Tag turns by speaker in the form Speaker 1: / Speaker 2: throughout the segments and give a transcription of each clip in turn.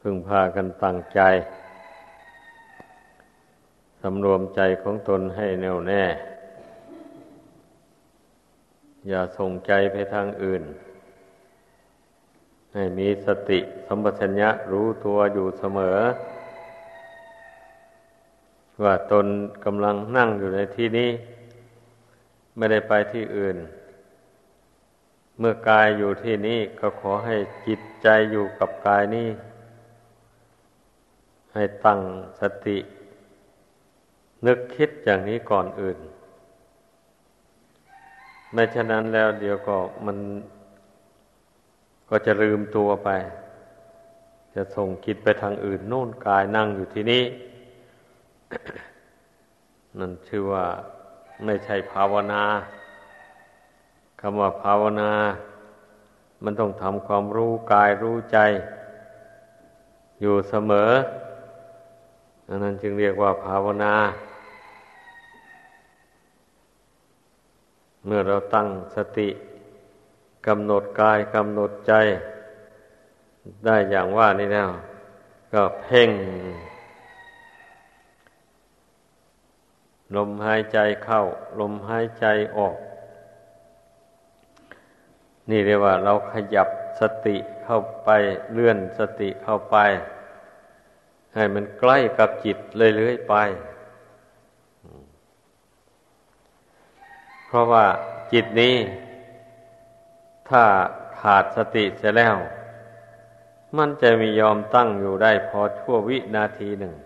Speaker 1: พึงพากันตั้งใจสำรวมใจของตนให้แน่วแน่อย่าส่งใจไปทางอื่นให้มีสติสัมปชัญญะรู้ตัวอยู่เสมอว่าตนกำลังนั่งอยู่ในที่นี้ไม่ได้ไปที่อื่นเมื่อกายอยู่ที่นี้ก็ขอให้จิตใจอยู่กับกายนี้ให้ตั้งสตินึกคิดอย่างนี้ก่อนอื่นไม่ฉะนั้นแล้วเดี๋ยวก็มันก็จะลืมตัวไปจะส่งคิดไปทางอื่นโน่นกายนั่งอยู่ที่นี้ นั่นชื่อว่าไม่ใช่ภาวนาคำว่าภาวนามันต้องทำความรู้กายรู้ใจอยู่เสมออันนั้นจึงเรียกว่าภาวนาเมื่อเราตั้งสติกำหนดกายกำหนดใจได้อย่างว่านี้แล้วก็เพ่งลมหายใจเข้าลมหายใจออกนี่เรียกว่าเราขยับสติเข้าไปเลื่อนสติเข้าไปให้มันใกล้กับจิตเรื่อยๆไปเพราะว่าจิตนี้ถ้าขาดสติเสียแล้วมันจะไม่ยอมตั้งอยู่ได้พอชั่ววินาทีหนึ่ง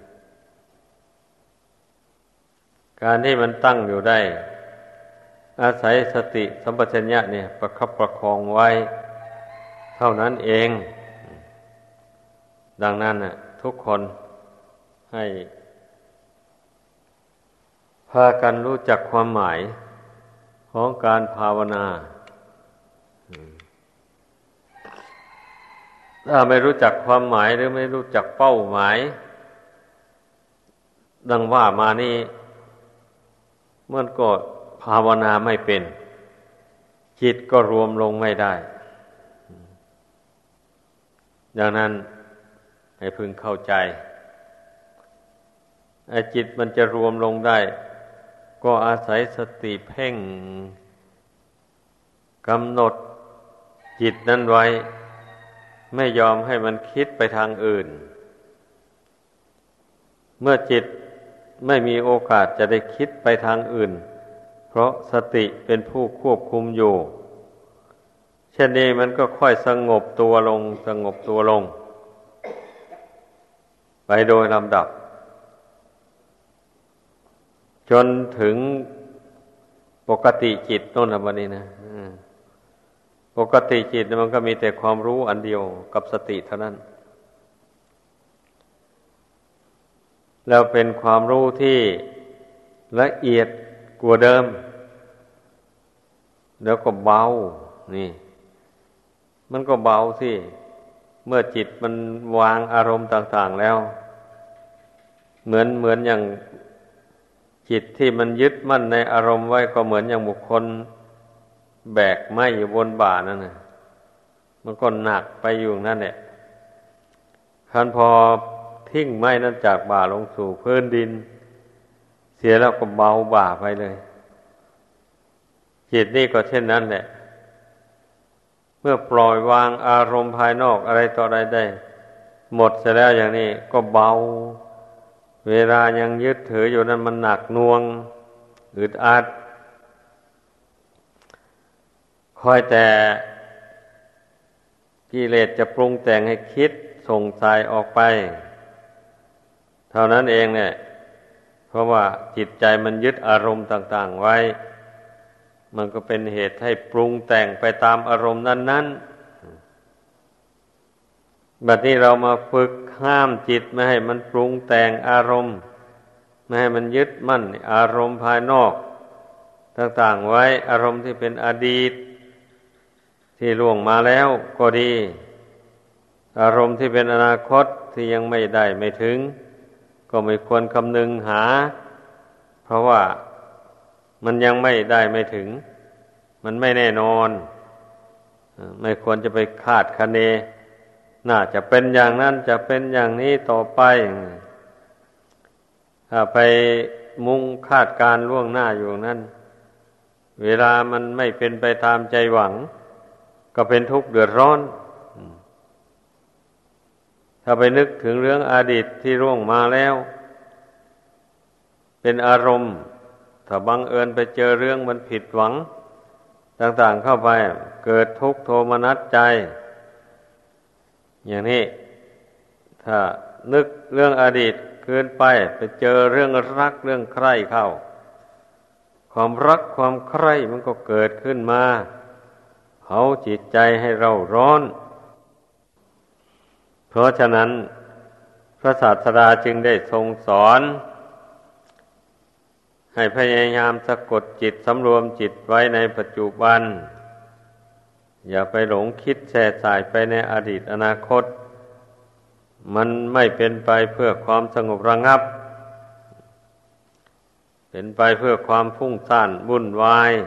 Speaker 1: การที่มันตั้งอยู่ได้อาศัยสติสัมปชัญญะเนี่ยประคับประคองไว้เท่านั้นเองดังนั้นน่ะทุกคนให้พากันรู้จักความหมายของการภาวนาถ้าไม่รู้จักความหมายหรือไม่รู้จักเป้าหมายดังว่ามานี่มันก็ภาวนาไม่เป็นจิตก็รวมลงไม่ได้ดังนั้นให้พึงเข้าใจไอ้จิตมันจะรวมลงได้ก็อาศัยสติเพ่งกำหนดจิตนั้นไว้ไม่ยอมให้มันคิดไปทางอื่นเมื่อจิตไม่มีโอกาสจะได้คิดไปทางอื่นเพราะสติเป็นผู้ควบคุมอยู่เช่นนี้มันก็ค่อยสงบตัวลงสงบตัวลงไปโดยลำดับจนถึงปกติจิตโน่นน่ะบัดนี้นะปกติจิตมันก็มีแต่ความรู้อันเดียวกับสติเท่านั้นแล้วเป็นความรู้ที่ละเอียดกว่าเดิมแล้วก็เบานี่มันก็เบาสิเมื่อจิตมันวางอารมณ์ต่างๆแล้วเหมือนอย่างจิตที่มันยึดมั่นในอารมณ์ไว้ก็เหมือนอย่างบุคคลแบกไม้อยู่บนบ่านั่นน่ะมันก็หนักไปอยู่นั่นแหละคันพอทิ้งไม้นั้นจากบ่าลงสู่พื้นดินเสียแล้วก็เบาบ่าไปเลยจิตนี่ก็เช่นนั้นแหละเมื่อปล่อยวางอารมณ์ภายนอกอะไรต่ออะไรได้หมดเสร็จแล้วอย่างนี้ก็เบาเวลายังยึดถืออยู่นั้นมันหนักหน่วงอึดอัดคอยแต่กิเลสจะปรุงแต่งให้คิดส่งสายออกไปเท่านั้นเองเนี่ยเพราะว่าจิตใจมันยึดอารมณ์ต่างๆไว้มันก็เป็นเหตุให้ปรุงแต่งไปตามอารมณ์นั้นๆบัดนี้เรามาฝึกห้ามจิตไม่ให้มันปรุงแต่งอารมณ์ไม่ให้มันยึดมั่นอารมณ์ภายนอกต่างๆไว้อารมณ์ที่เป็นอดีตที่ล่วงมาแล้วก็ดีอารมณ์ที่เป็นอนาคตที่ยังไม่ได้ไม่ถึงก็ไม่ควรคำนึงหาเพราะว่ามันยังไม่ได้ไม่ถึงมันไม่แน่นอนไม่ควรจะไปคาดคะเนน่าจะเป็นอย่างนั้นจะเป็นอย่างนี้ต่อไปถ้าไปมุ่งคาดการล่วงหน้าอยู่นั้นเวลามันไม่เป็นไปตามใจหวังก็เป็นทุกข์เดือดร้อนถ้าไปนึกถึงเรื่องอดีตที่ล่วงมาแล้วเป็นอารมณ์ถ้าบังเอิญไปเจอเรื่องมันผิดหวังต่างๆเข้าไปเกิดทุกข์โทมนัสใจอย่างนี้ถ้านึกเรื่องอดีตเกินไปไปเจอเรื่องรักเรื่องใคร่เข้าความรักความใคร่มันก็เกิดขึ้นมาเผาจิตใจให้เราร้อนเพราะฉะนั้นพระศาสดาจึงได้ทรงสอนให้พยายามสะกดจิตสำรวมจิตไว้ในปัจจุบันอย่าไปหลงคิดแส่สายไปในอดีตอนาคตมันไม่เป็นไปเพื่อความสงบระงับเป็นไปเพื่อความฟุ้งซ่านวุ่นวาย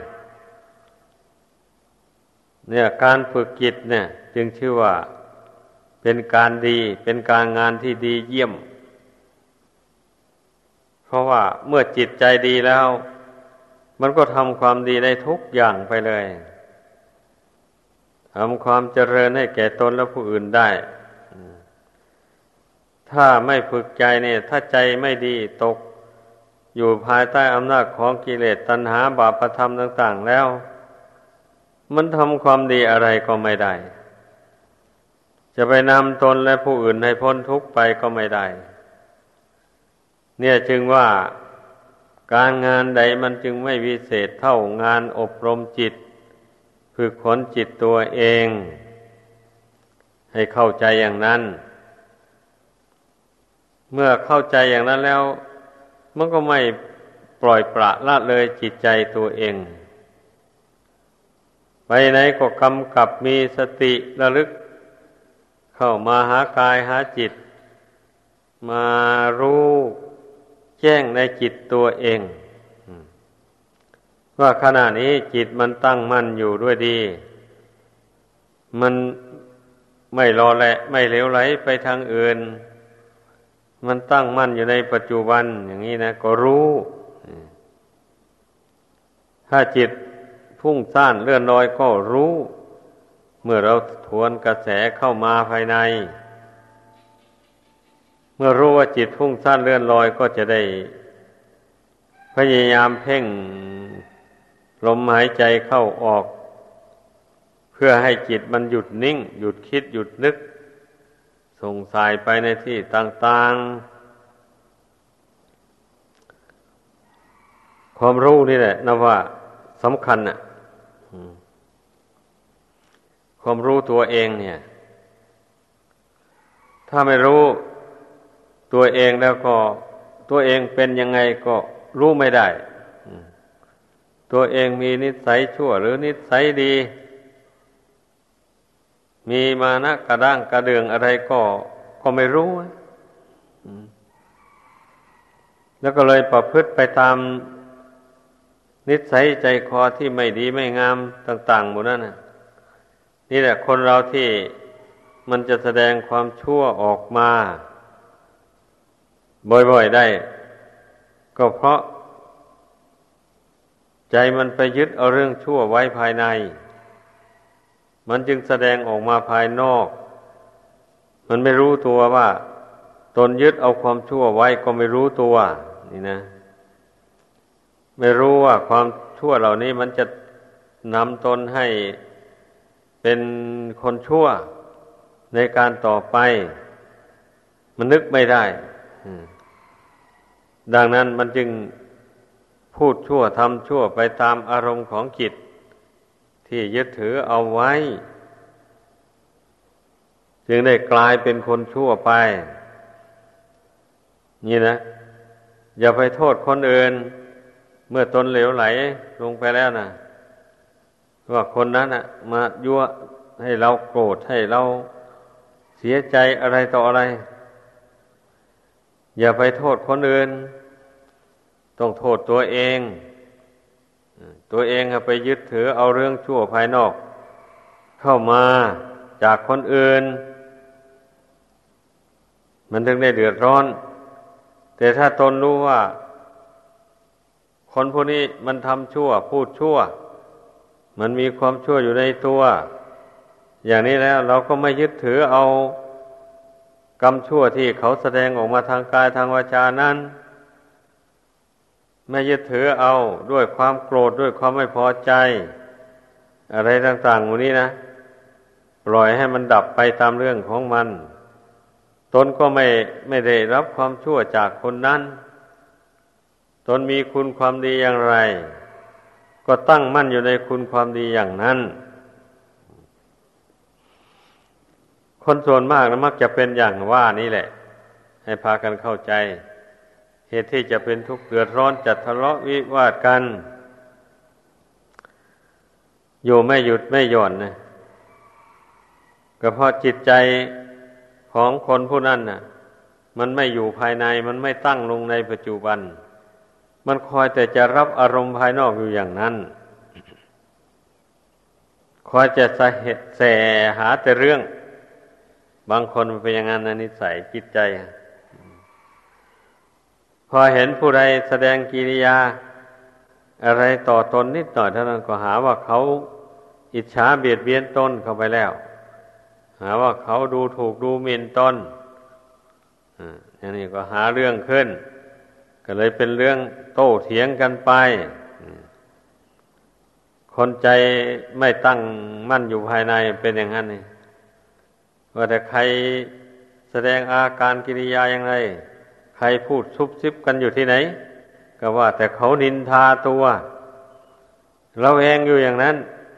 Speaker 1: เนี่ยการฝึกจิตเนี่ยจึงชื่อว่าเป็นการดีเป็นการงานที่ดีเยี่ยมเพราะว่าเมื่อจิตใจดีแล้วมันก็ทำความดีได้ทุกอย่างไปเลยทำความเจริญให้แก่ตนและผู้อื่นได้ถ้าไม่ฝึกใจเนี่ยถ้าใจไม่ดีตกอยู่ภายใต้อำนาจของกิเลสตัณหาบาปธรรมต่างๆแล้วมันทำความดีอะไรก็ไม่ได้จะไปนำตนและผู้อื่นให้พ้นทุกข์ไปก็ไม่ได้เนี่ยจึงว่าการงานใดมันจึงไม่วิเศษเท่างานอบรมจิตฝึกฝนจิตตัวเองให้เข้าใจอย่างนั้นเมื่อเข้าใจอย่างนั้นแล้วมันก็ไม่ปล่อยปละละเลยจิตใจตัวเองไปไหนก็กำกับมีสติระลึกเข้ามาหากายหาจิตมารู้แจ้งในจิตตัวเองว่าขณะนี้จิตมันตั้งมั่นอยู่ด้วยดีมันไม่ลอแหละไม่เหลวไหลไปทางอื่นมันตั้งมั่นอยู่ในปัจจุบันอย่างนี้นะก็รู้ถ้าจิตพุ่งซ่านเลื่อนลอยก็รู้เมื่อเราทวนกระแสเข้ามาภายในเมื่อรู้ว่าจิตพุ่งซ่านเลื่อนลอยก็จะได้พยายามเพ่งลมหายใจเข้าออกเพื่อให้จิตมันหยุดนิ่งหยุดคิดหยุดนึกส่งสายไปในที่ต่างๆความรู้นี่แหละนะว่าสำคัญน่ะความรู้ตัวเองเนี่ยถ้าไม่รู้ตัวเองแล้วก็ตัวเองเป็นยังไงก็รู้ไม่ได้ตัวเองมีนิสัยชั่วหรือนิสัยดีมีมานะกระด้างกระเดืองอะไรก็ไม่รู้แล้วก็เลยประพฤติไปตามนิสัยใจคอที่ไม่ดีไม่งามต่างๆหมดนั่นน่ะนี่แหละคนเราที่มันจะแสดงความชั่วออกมาบ่อยๆได้ก็เพราะใจมันไปยึดเอาเรื่องชั่วไว้ภายในมันจึงแสดงออกมาภายนอกมันไม่รู้ตัวว่าตนยึดเอาความชั่วไว้ก็ไม่รู้ตัวนี่นะไม่รู้ว่าความชั่วเหล่านี้มันจะนำตนให้เป็นคนชั่วในการต่อไปมันนึกไม่ได้ดังนั้นมันจึงพูดชั่วทำชั่วไปตามอารมณ์ของจิตที่ยึดถือเอาไว้จึงได้กลายเป็นคนชั่วไปนี่นะอย่าไปโทษคนอื่นเมื่อตนเหลวไหลลงไปแล้วนะว่าคนนั้นน่ะมายั่วให้เราโกรธให้เราเสียใจอะไรต่ออะไรอย่าไปโทษคนอื่นต้องโทษตัวเองตัวเองไปยึดถือเอาเรื่องชั่วภายนอกเข้ามาจากคนอื่นมันถึงได้เดือดร้อนแต่ถ้าตนรู้ว่าคนพวกนี้มันทำชั่วพูดชั่วมันมีความชั่วอยู่ในตัวอย่างนี้แล้วเราก็ไม่ยึดถือเอากรรมชั่วที่เขาแสดงออกมาทางกายทางวาจานั้นไม่ยึดถือเอาด้วยความโกรธด้วยความไม่พอใจอะไรต่างๆหมดนี้นะปล่อยให้มันดับไปตามเรื่องของมันตนก็ไม่ได้รับความชั่วจากคนนั้นตนมีคุณความดีอย่างไรก็ตั้งมั่นอยู่ในคุณความดีอย่างนั้นคนส่วนมากนะมักจะเป็นอย่างว่านี่แหละให้พากันเข้าใจเหตุที่จะเป็นทุกข์เดือดร้อนจัดทะเลาะวิวาทกันอยู่ไม่หยุดไม่หย่อนนะก็เพราะจิตใจของคนผู้นั้นน่ะมันไม่อยู่ภายในมันไม่ตั้งลงในปัจจุบันมันคอยแต่จะรับอารมณ์ภายนอกอยู่อย่างนั้นคอยจะแสหาแต่เรื่องบางคนมันเป็นอย่างนั้นนะนิสัยจิตใจพอเห็นผู้ใดแสดงกิริยาอะไรต่อตนนิดหน่อยเท่านั้นก็หาว่าเขาอิจฉาเบียดเบียนตนเข้าไปแล้วหาว่าเขาดูถูกดูหมิ่นตนอย่างนี้ก็หาเรื่องขึ้นก็เลยเป็นเรื่องโต้เถียงกันไปคนใจไม่ตั้งมั่นอยู่ภายในเป็นอย่างนั้นนี่ว่าแต่ใครแสดงอาการกิริยาอย่างไรใครพูดซุบซิบกันอยู่ที่ไหนก็ว่าแต่เขานินทาตัวเราเองอยู่อย่างนั้น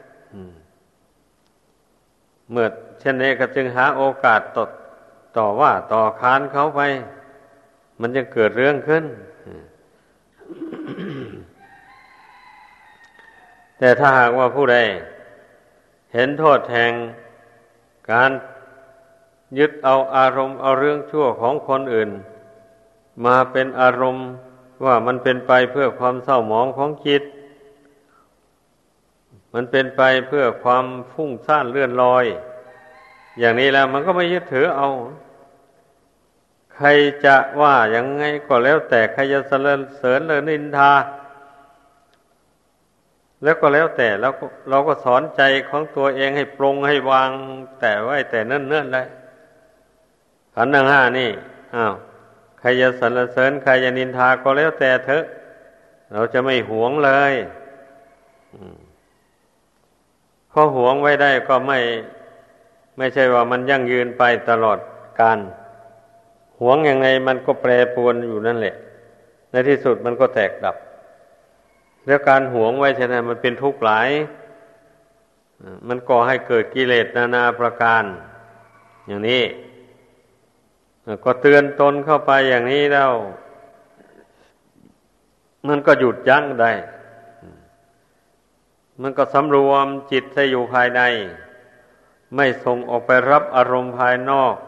Speaker 1: เมื่อเช่นนี้ก็จึงหาโอกาสต่อว่าต่อค้านเขาไปมันจะเกิดเรื่องขึ้นแต่ถ้าหากว่าผู้ใดเห็นโทษแห่งการยึดเอาอารมณ์เอาเรื่องชั่วของคนอื่นมาเป็นอารมณ์ว่ามันเป็นไปเพื่อความเศร้าหมองของจิตมันเป็นไปเพื่อความฟุ้งซ่านเลื่อนลอยอย่างนี้แล้วมันก็ไม่ยึดถือเอาใครจะว่ายังไงก็แล้วแต่ใครจะสรรเสริญหรือนินทาแล้วก็แล้วแต่แล้วเราก็สอนใจของตัวเองให้ปรงให้วางแต่ไว้แต่เนิ่นๆเลยขันธ์ทั้งห้านี่ใครจะสรรเสริญใครจะนินทาก็แล้วแต่เถอะเราจะไม่หวงเลยเพราะหวงไว้ได้ก็ไม่ใช่ว่ามันยั่งยืนไปตลอดกาลหวงยังไงมันก็แปรปรวนอยู่นั่นแหละในที่สุดมันก็แตกดับแล้วการหวงไว้ฉะนั้นมันเป็นทุกข์หลายมันก่อให้เกิดกิเลสนานาประการอย่างนี้ก็เตือนตนเข้าไปอย่างนี้แล้วมันก็หยุดยั้งได้มันก็สำรวมจิตให้อยู่ภายในไม่ส่งออกไปรับอารมณ์ภายนอก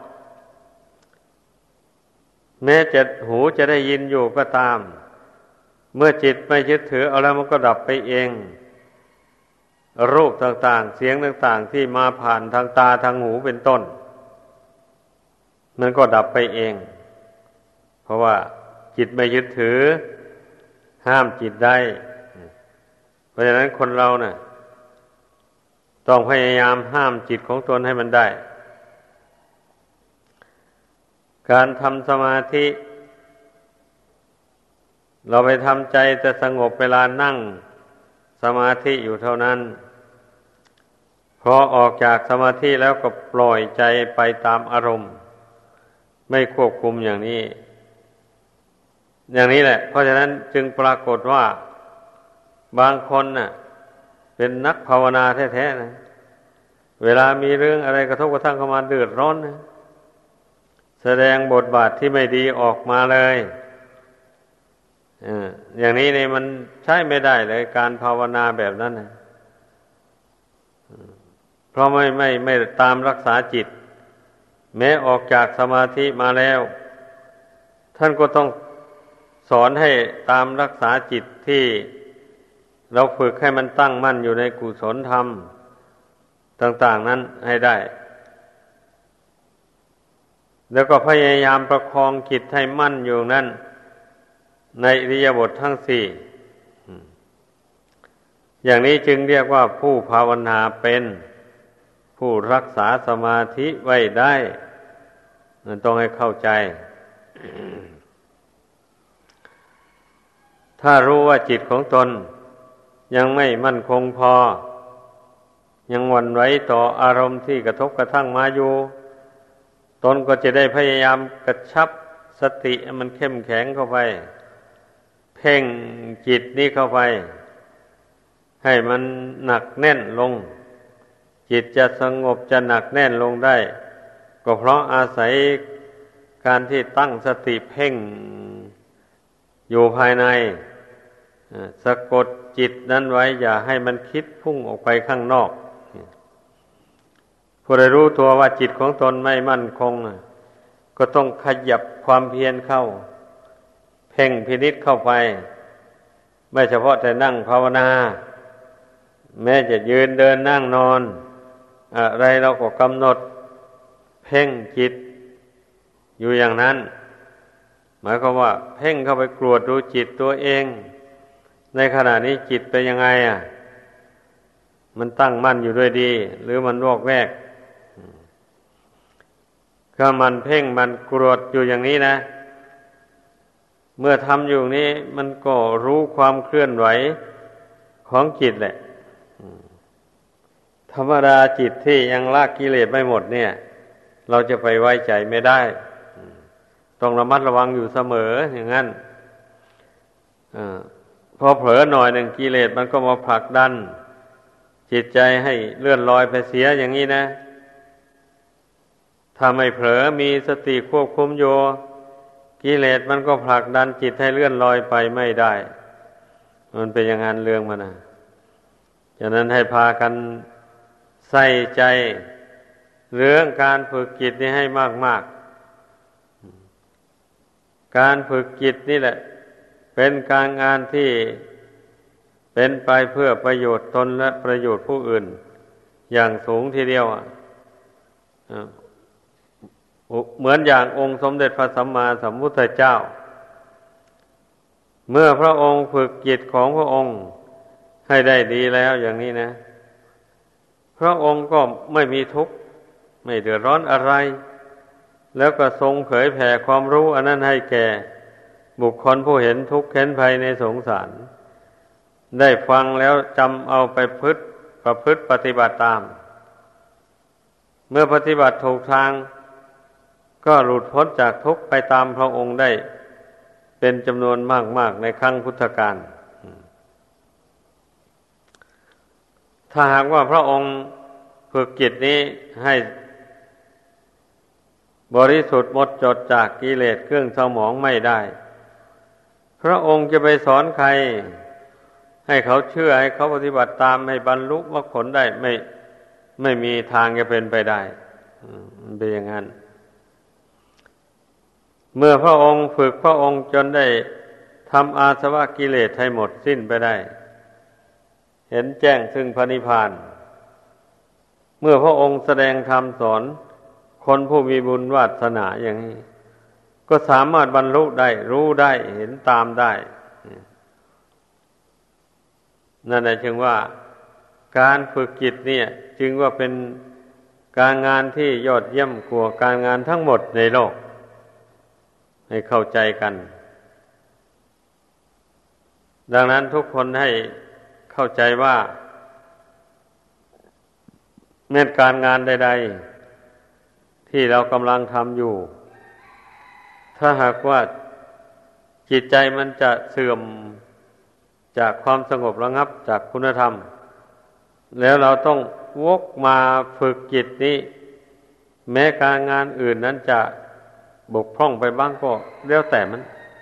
Speaker 1: แม้จะหูจะได้ยินอยู่ก็ตามเมื่อจิตไม่ยึดถือเอาแล้วมันก็ดับไปเองรูปต่างๆเสียงต่างๆที่มาผ่านทางตาทางหูเป็นต้นมันก็ดับไปเองเพราะว่าจิตไม่ยึดถือห้ามจิตได้เพราะฉะนั้นคนเราน่ะต้องพยายามห้ามจิตของตนให้มันได้การทำสมาธิเราไปทำใจแต่สงบเวลานั่งสมาธิอยู่เท่านั้นพอออกจากสมาธิแล้วก็ปล่อยใจไปตามอารมณ์ไม่ควบคุมอย่างนี้แหละเพราะฉะนั้นจึงปรากฏว่าบางคนน่ะเป็นนักภาวนาแท้ๆนะเวลามีเรื่องอะไรกระทบกระทั่งเข้ามาเดือดร้อนนะแสดงบทบาทที่ไม่ดีออกมาเลยอย่างนี้เนี่ยมันใช้ไม่ได้เลยการภาวนาแบบนั้นนะเพราะไม่ตามรักษาจิตแม้ออกจากสมาธิมาแล้วท่านก็ต้องสอนให้ตามรักษาจิตที่เราฝึกให้มันตั้งมั่นอยู่ในกุศลธรรมต่างๆนั้นให้ได้แล้วก็พยายามประคองจิตให้มั่นอยู่นั่นในอิริยาบถทั้งสี่อย่างนี้จึงเรียกว่าผู้ภาวนาเป็นผู้รักษาสมาธิไว้ได้มันต้องให้เข้าใจถ้ารู้ว่าจิตของตนยังไม่มั่นคงพอยังหวั่นไหวต่ออารมณ์ที่กระทบกระทั่งมาอยู่ตนก็จะได้พยายามกระชับสติมันเข้มแข็งเข้าไปเพ่งจิตนี้เข้าไปให้มันหนักแน่นลงจิตจะสงบจะหนักแน่นลงได้ก็เพราะอาศัยการที่ตั้งสติเพ่งอยู่ภายในสะกดจิตนั้นไว้อย่าให้มันคิดพุ่งออกไปข้างนอกผู้ใดรู้ตัวว่าจิตของตนไม่มั่นคงก็ต้องขยับความเพียรเข้าเพ่งพินิจเข้าไปไม่เฉพาะแต่นั่งภาวนาแม้จะยืนเดินนั่งนอนอะไรเราก็กำหนดเพ่งจิตอยู่อย่างนั้นหมายความว่าเพ่งเข้าไปกรวดดูจิตตัวเองในขณะนี้จิตเป็นยังไงมันตั้งมั่นอยู่ด้วยดีหรือมันวอกแวกก็มันเพ่งมันกรวดอยู่อย่างนี้นะเมื่อทำอยู่นี้มันก็รู้ความเคลื่อนไหวของจิตแหละธรรมดาจิตที่ยังละกิเลสไม่หมดเนี่ยเราจะไปไว้ใจไม่ได้ต้องระมัดระวังอยู่เสมออย่างนั้นพอเผลอหน่อยหนึ่งกิเลสมันก็มาผลักดันจิตใจให้เลื่อนลอยไปเสียอย่างนี้นะถ้าไม่เผลอมีสติควบคุมอยู่กิเลสมันก็ผลักดันจิตให้เลื่อนลอยไปไม่ได้มันเป็นอย่างนั้นเรื่องมันนะฉะนั้นให้พากันใส่ใจเรื่องการฝึกจิตนี้ให้มากๆการฝึกจิตนี่แหละเป็นการงานที่เป็นไปเพื่อประโยชน์ตนและประโยชน์ผู้อื่นอย่างสูงทีเดียวเหมือนอย่างองค์สมเด็จพระสัมมาสัมพุทธเจ้าเมื่อพระองค์ฝึกจิตของพระองค์ให้ได้ดีแล้วอย่างนี้นะพระองค์ก็ไม่มีทุกข์ไม่เดือดร้อนอะไรแล้วก็ทรงเผยแผ่ความรู้อันนั้นให้แก่บุคคลผู้เห็นทุกข์เห็นภัยในสงสารได้ฟังแล้วจำเอาไปประพฤติปฏิบัติตามเมื่อปฏิบัติถูกทางก็หลุดพ้นจากทุกข์ไปตามพระองค์ได้เป็นจำนวนมากๆในครั้งพุทธกาลถ้าหากว่าพระองค์ฝึกจิตนี้ให้บริสุทธิ์หมดจดจากกิเลสเครื่องเศร้าหมองไม่ได้พระองค์จะไปสอนใครให้เขาเชื่อให้เขาปฏิบัติตามให้บรรลุมรรคผลได้ไม่มีทางจะเป็นไปได้มันเป็นอย่างนั้นเมื่อพระองค์ฝึกพระองค์จนได้ทำอาสวะกิเลสให้หมดสิ้นไปได้เห็นแจ้งซึ่งพระนิพพานเมื่อพระองค์แสดงธรรมสอนคนผู้มีบุญวาสนาอย่างนี้ก็สามารถบรรลุได้รู้ได้เห็นตามได้นั่นแหละจึงว่าการฝึกจิตเนี่ยจึงว่าเป็นการงานที่ยอดเยี่ยมกว่าการงานทั้งหมดในโลกให้เข้าใจกันดังนั้นทุกคนให้เข้าใจว่าแม้การงานใดๆที่เรากำลังทำอยู่ถ้าหากว่าจิตใจมันจะเสื่อมจากความสงบระงับจากคุณธรรมแล้วเราต้องวกมาฝึกจิตนี้แม้การงานอื่นนั้นจะบกพร่องไปบ้างก็แล้วแต่มัน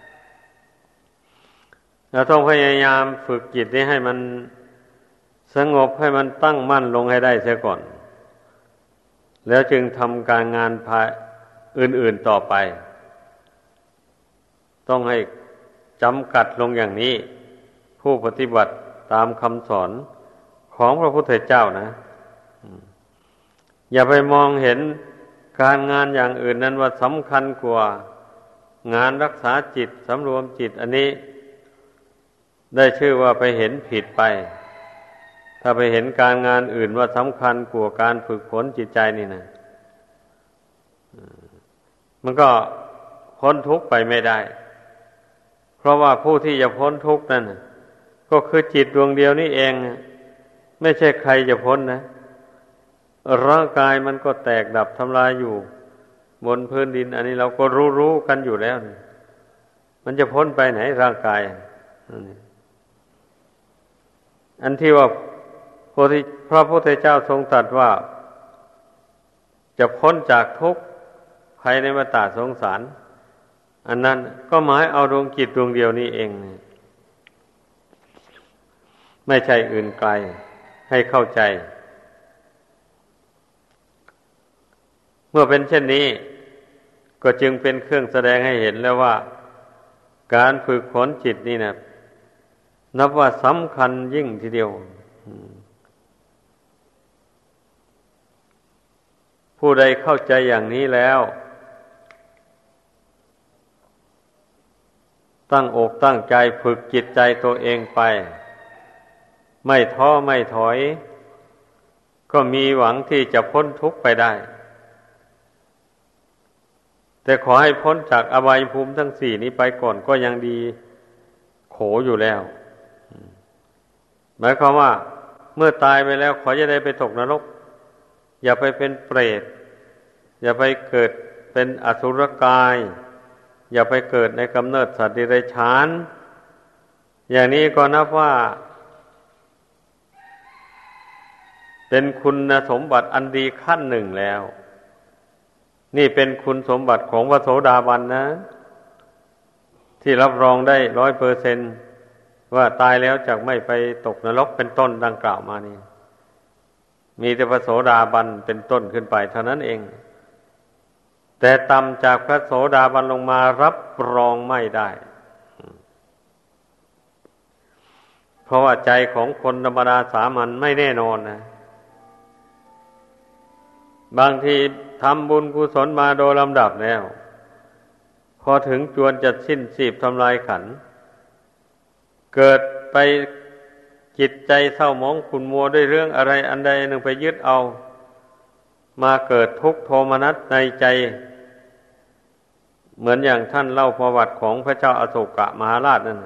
Speaker 1: เราต้องพยายามฝึกจิตนี้ให้มันสงบให้มันตั้งมั่นลงให้ได้เสียก่อนแล้วจึงทำการงานอื่นๆต่อไปต้องให้จำกัดลงอย่างนี้ผู้ปฏิบัติตามคำสอนของพระพุทธเจ้านะอย่าไปมองเห็นการงานอย่างอื่นนั้นว่าสำคัญกว่างานรักษาจิตสำรวมจิตอันนี้ได้ชื่อว่าไปเห็นผิดไปถ้าไปเห็นการงานอื่นว่าสำคัญกว่าการฝึกฝนจิตใจนี่นะมันก็พ้นทุกข์ไปไม่ได้เพราะว่าผู้ที่จะพ้นทุกข์นั่นก็คือจิตดวงเดียวนี่เองไม่ใช่ใครจะพ้นนะร่างกายมันก็แตกดับทำลายอยู่บนพื้นดินอันนี้เราก็รู้กันอยู่แล้วมันจะพ้นไปไหนร่างกายอันที่ว่าพระพุทธเจ้าทรงตรัสว่าจะพ้นจากทุกข์ภายในวัฏสงสารอันนั้นก็หมายเอาดวงจิตดวงเดียวนี้เองไม่ใช่อื่นไกลให้เข้าใจเมื่อเป็นเช่นนี้ก็จึงเป็นเครื่องแสดงให้เห็นแล้วว่าการฝึกฝนจิตนี่นะนับว่าสำคัญยิ่งทีเดียวผู้ใดเข้าใจอย่างนี้แล้วตั้งอกตั้งใจฝึกจิตใจตัวเองไปไม่ท้อไม่ถอยก็มีหวังที่จะพ้นทุกข์ไปได้แต่ขอให้พ้นจากอบายภูมิทั้งสี่นี้ไปก่อนก็ยังดีโขอยู่แล้วหมายความว่าเมื่อตายไปแล้วขอจะได้ไปตกนรกอย่าไปเป็นเปรตอย่าไปเกิดเป็นอสุรกายอย่าไปเกิดในกำเนิดสัตว์เดรัจฉานอย่างนี้ก็นับว่าเป็นคุณสมบัติอันดีขั้นหนึ่งแล้วนี่เป็นคุณสมบัติของพระโสดาบันนะที่รับรองได้100%ว่าตายแล้วจะไม่ไปตกนรกเป็นต้นดังกล่าวมานี่มีแต่พระโสดาบันเป็นต้นขึ้นไปเท่านั้นเองแต่ต่ำจากพระโสดาบันลงมารับรองไม่ได้เพราะว่าใจของคนธรรมดาสามัญไม่แน่นอนนะบางทีทำบุญกุศลมาโดยลำดับแล้วพอถึงจวนจะสิ้นชีพทำลายขันธ์เกิดไปจิตใจเศร้าหมองขุ่นมัวด้วยเรื่องอะไรอันใดหนึ่งไปยึดเอามาเกิดทุกข์โทมนัสในใจเหมือนอย่างท่านเล่าประวัติของพระเจ้าอโศกมหาราชนั่น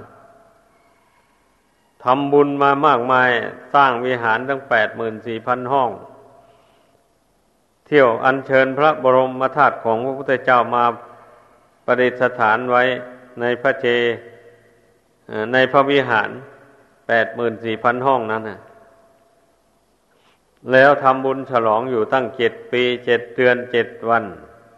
Speaker 1: ทำบุญมามากมายสร้างวิหารตั้ง 84,000 ห้องเที่ยวอัญเชิญพระบรมธาตุของพระพุทธเจ้ามาประดิษฐานไว้ในพระในพระวิหาร 84,000 ห้องนั้นนะแล้วทำบุญฉลองอยู่ตั้ง7 ปี 7 เดือน 7 วัน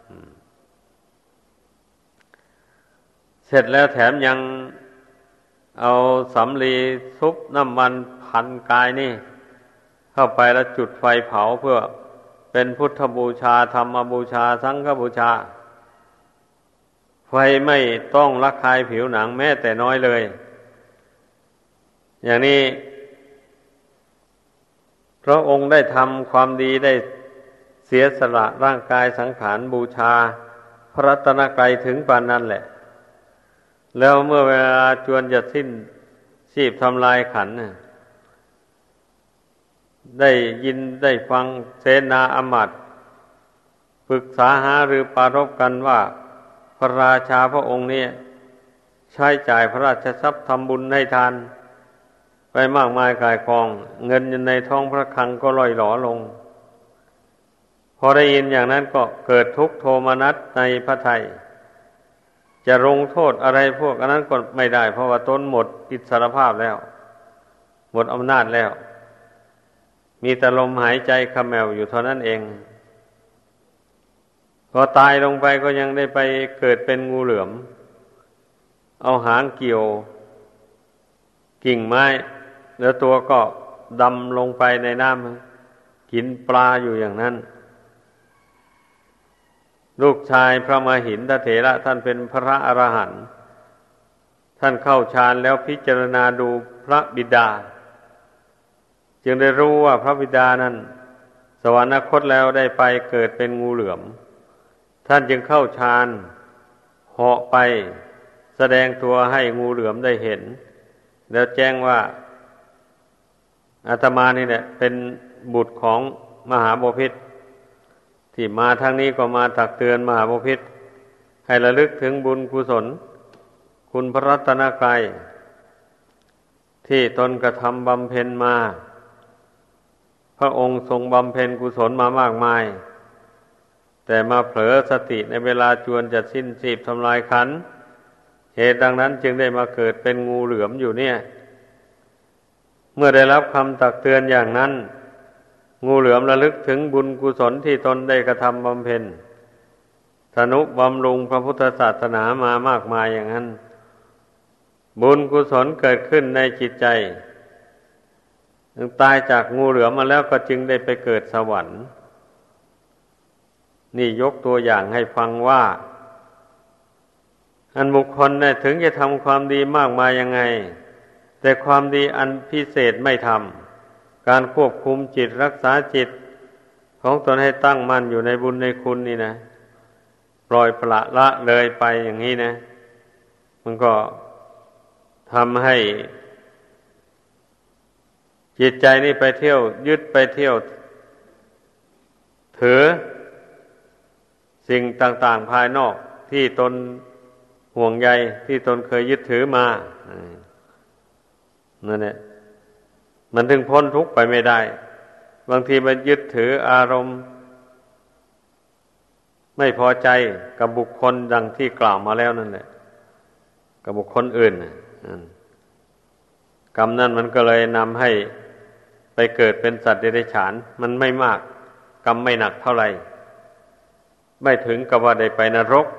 Speaker 1: เสร็จแล้วแถมยังเอาสำลีซุปน้ำมันพันกายนี่เข้าไปแล้วจุดไฟเผาเพื่อเป็นพุทธบูชาธรรมบูชาสังฆบูชาไฟไม่ต้องระคายผิวหนังแม้แต่น้อยเลยอย่างนี้พระองค์ได้ทำความดีได้เสียสละร่างกายสังขารบูชาพระรัตนกรัยถึงปานนั้นแหละแล้วเมื่อเวลาจวนจะสิ้นชีพทำลายขันธ์ได้ยินได้ฟังเสนาอมาตย์ปรึกษาหารือปรารภกันว่าพระราชาพระองค์นี้ใช้จ่ายพระราชทรัพย์ทำบุญให้ทานไปมากมายกายกองเงินในท้องพระคลังก็ล่อยหลอลงพอได้ยินอย่างนั้นก็เกิดทุกข์โทมนัสในพระทัยจะลงโทษอะไรพวกอันนั้นก็ไม่ได้เพราะว่าตนหมดอิสรภาพแล้วหมดอำนาจแล้วมีแต่ลมหายใจเขแมวอยู่เท่านั้นเองพอตายลงไปก็ยังได้ไปเกิดเป็นงูเหลือมเอาหางเกี่ยวกิ่งไม้แล้วตัวก็ดำลงไปในน้ำกินปลาอยู่อย่างนั้นลูกชายพระมหินทเถระท่านเป็นพระอรหันต์ท่านเข้าฌานแล้วพิจารณาดูพระบิดาจึงได้รู้ว่าพระบิดานั้นสวรรคตแล้วได้ไปเกิดเป็นงูเหลือมท่านจึงเข้าฌานเหาะไปแสดงตัวให้งูเหลือมได้เห็นแล้วแจ้งว่าอาตมานี่แหละเป็นบุตรของมหาบพิตรที่มาทางนี้ก็มาตักเตือนมหาบพิตรให้ระลึกถึงบุญกุศลคุณพระรัตนกรัยที่ตนกระทำบำเพ็ญมาพระองค์ทรงบำเพ็ญกุศลมามากมายแต่มาเผลอสติในเวลาจวนจะสิ้นชีพทำลายขันธ์เหตุดังนั้นจึงได้มาเกิดเป็นงูเหลือมอยู่เนี่ยเมื่อได้รับคำตักเตือนอย่างนั้นงูเหลือมระลึกถึงบุญกุศลที่ตนได้กระทำบำเพ็ญทนุบำรุงพระพุทธศาสนามามากมายอย่างนั้นบุญกุศลเกิดขึ้นในจิตใจตายจากงูเหลือมมาแล้วก็จึงได้ไปเกิดสวรรค์นี่ยกตัวอย่างให้ฟังว่าอันบุคคลเนี่ยถึงจะทำความดีมากมายยังไงแต่ความดีอันพิเศษไม่ทำการควบคุมจิตรักษาจิตของตนให้ตั้งมั่นอยู่ในบุญในคุณนี่นะปล่อยปละละเลยไปอย่างนี้นะมันก็ทำให้จิตใจนี่ไปเที่ยวยึดไปเที่ยวถือสิ่งต่างๆภายนอกที่ตนห่วงใยที่ตนเคยยึดถือมานั่นแหละมันถึงพ้นทุกข์ไปไม่ได้บางทีมันยึดถืออารมณ์ไม่พอใจกับบุคคลดังที่กล่าวมาแล้วนั่นแหละกับบุคคลอื่นกรรมนั้นมันก็เลยนำให้ไปเกิดเป็นสัตว์เดรัจฉานมันไม่มากกรรมไม่หนักเท่าไหร่ไม่ถึงกับว่าได้ไปนรก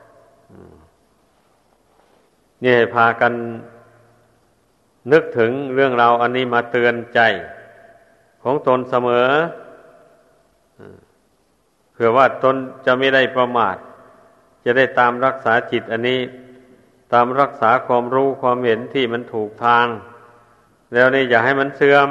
Speaker 1: นี่ให้พากันนึกถึงเรื่องราวอันนี้มาเตือนใจของตนเสมอเผื่อว่าตนจะไม่ได้ประมาทจะได้ตามรักษาจิตอันนี้ตามรักษาความรู้ความเห็นที่มันถูกทางแล้วนี่อย่าให้มันเสื่อม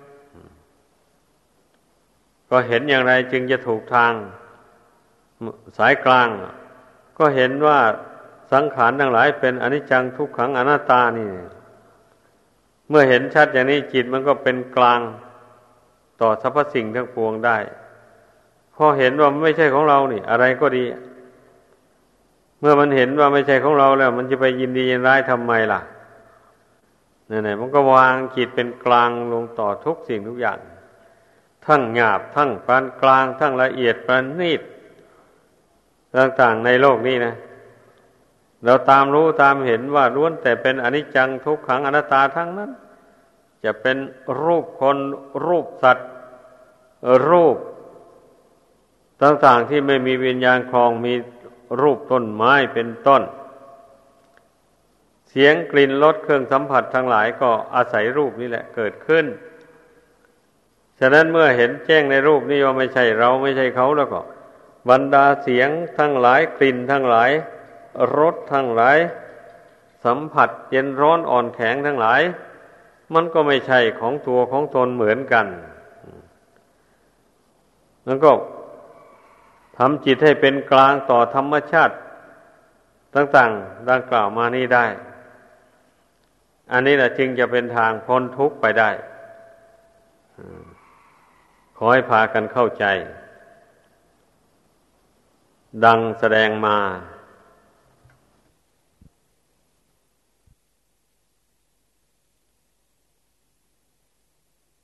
Speaker 1: ก็เห็นอย่างไรจึงจะถูกทางสายกลางก็เห็นว่าสังขารทั้งหลายเป็นอนิจจังทุกขังอนัตตานี่เมื่อเห็นชัดอย่างนี้จิตมันก็เป็นกลางต่อสรรพสิ่งทั้งปวงได้พอเห็นว่าไม่ใช่ของเรานี่อะไรก็ดีเมื่อมันเห็นว่าไม่ใช่ของเราแล้วมันจะไปยินดียินร้ายทำไมล่ะเนี่ยมันก็วางจิตเป็นกลางลงต่อทุกสิ่งทุกอย่างทั้งหยาบทั้งปานกลางทั้งละเอียดประณีตต่างๆในโลกนี้นะเราตามรู้ตามเห็นว่าล้วนแต่เป็นอนิจจังทุกขังอนัตตาทั้งนั้นจะเป็นรูปคนรูปสัตว์รูปต่างๆที่ไม่มีวิญญาณครองมีรูปต้นไม้เป็นต้นเสียงกลิ่นรสเครื่องสัมผัสทั้งหลายก็อาศัยรูปนี่แหละเกิดขึ้นฉะนั้นเมื่อเห็นแจ้งในรูปนี้ว่าไม่ใช่เราไม่ใช่เขาแล้วก็บรรดาเสียงทั้งหลายกลิ่นทั้งหลายรสทั้งหลายสัมผัสเย็นร้อนอ่อนแข็งทั้งหลายมันก็ไม่ใช่ของตัวของตนเหมือนกันแล้วก็ทำจิตให้เป็นกลางต่อธรรมชาติต่างๆดังกล่าวมานี้ได้อันนี้แหละจึงจะเป็นทางพ้นทุกข์ไปได้ขอให้พากันเข้าใจดังแสดงมา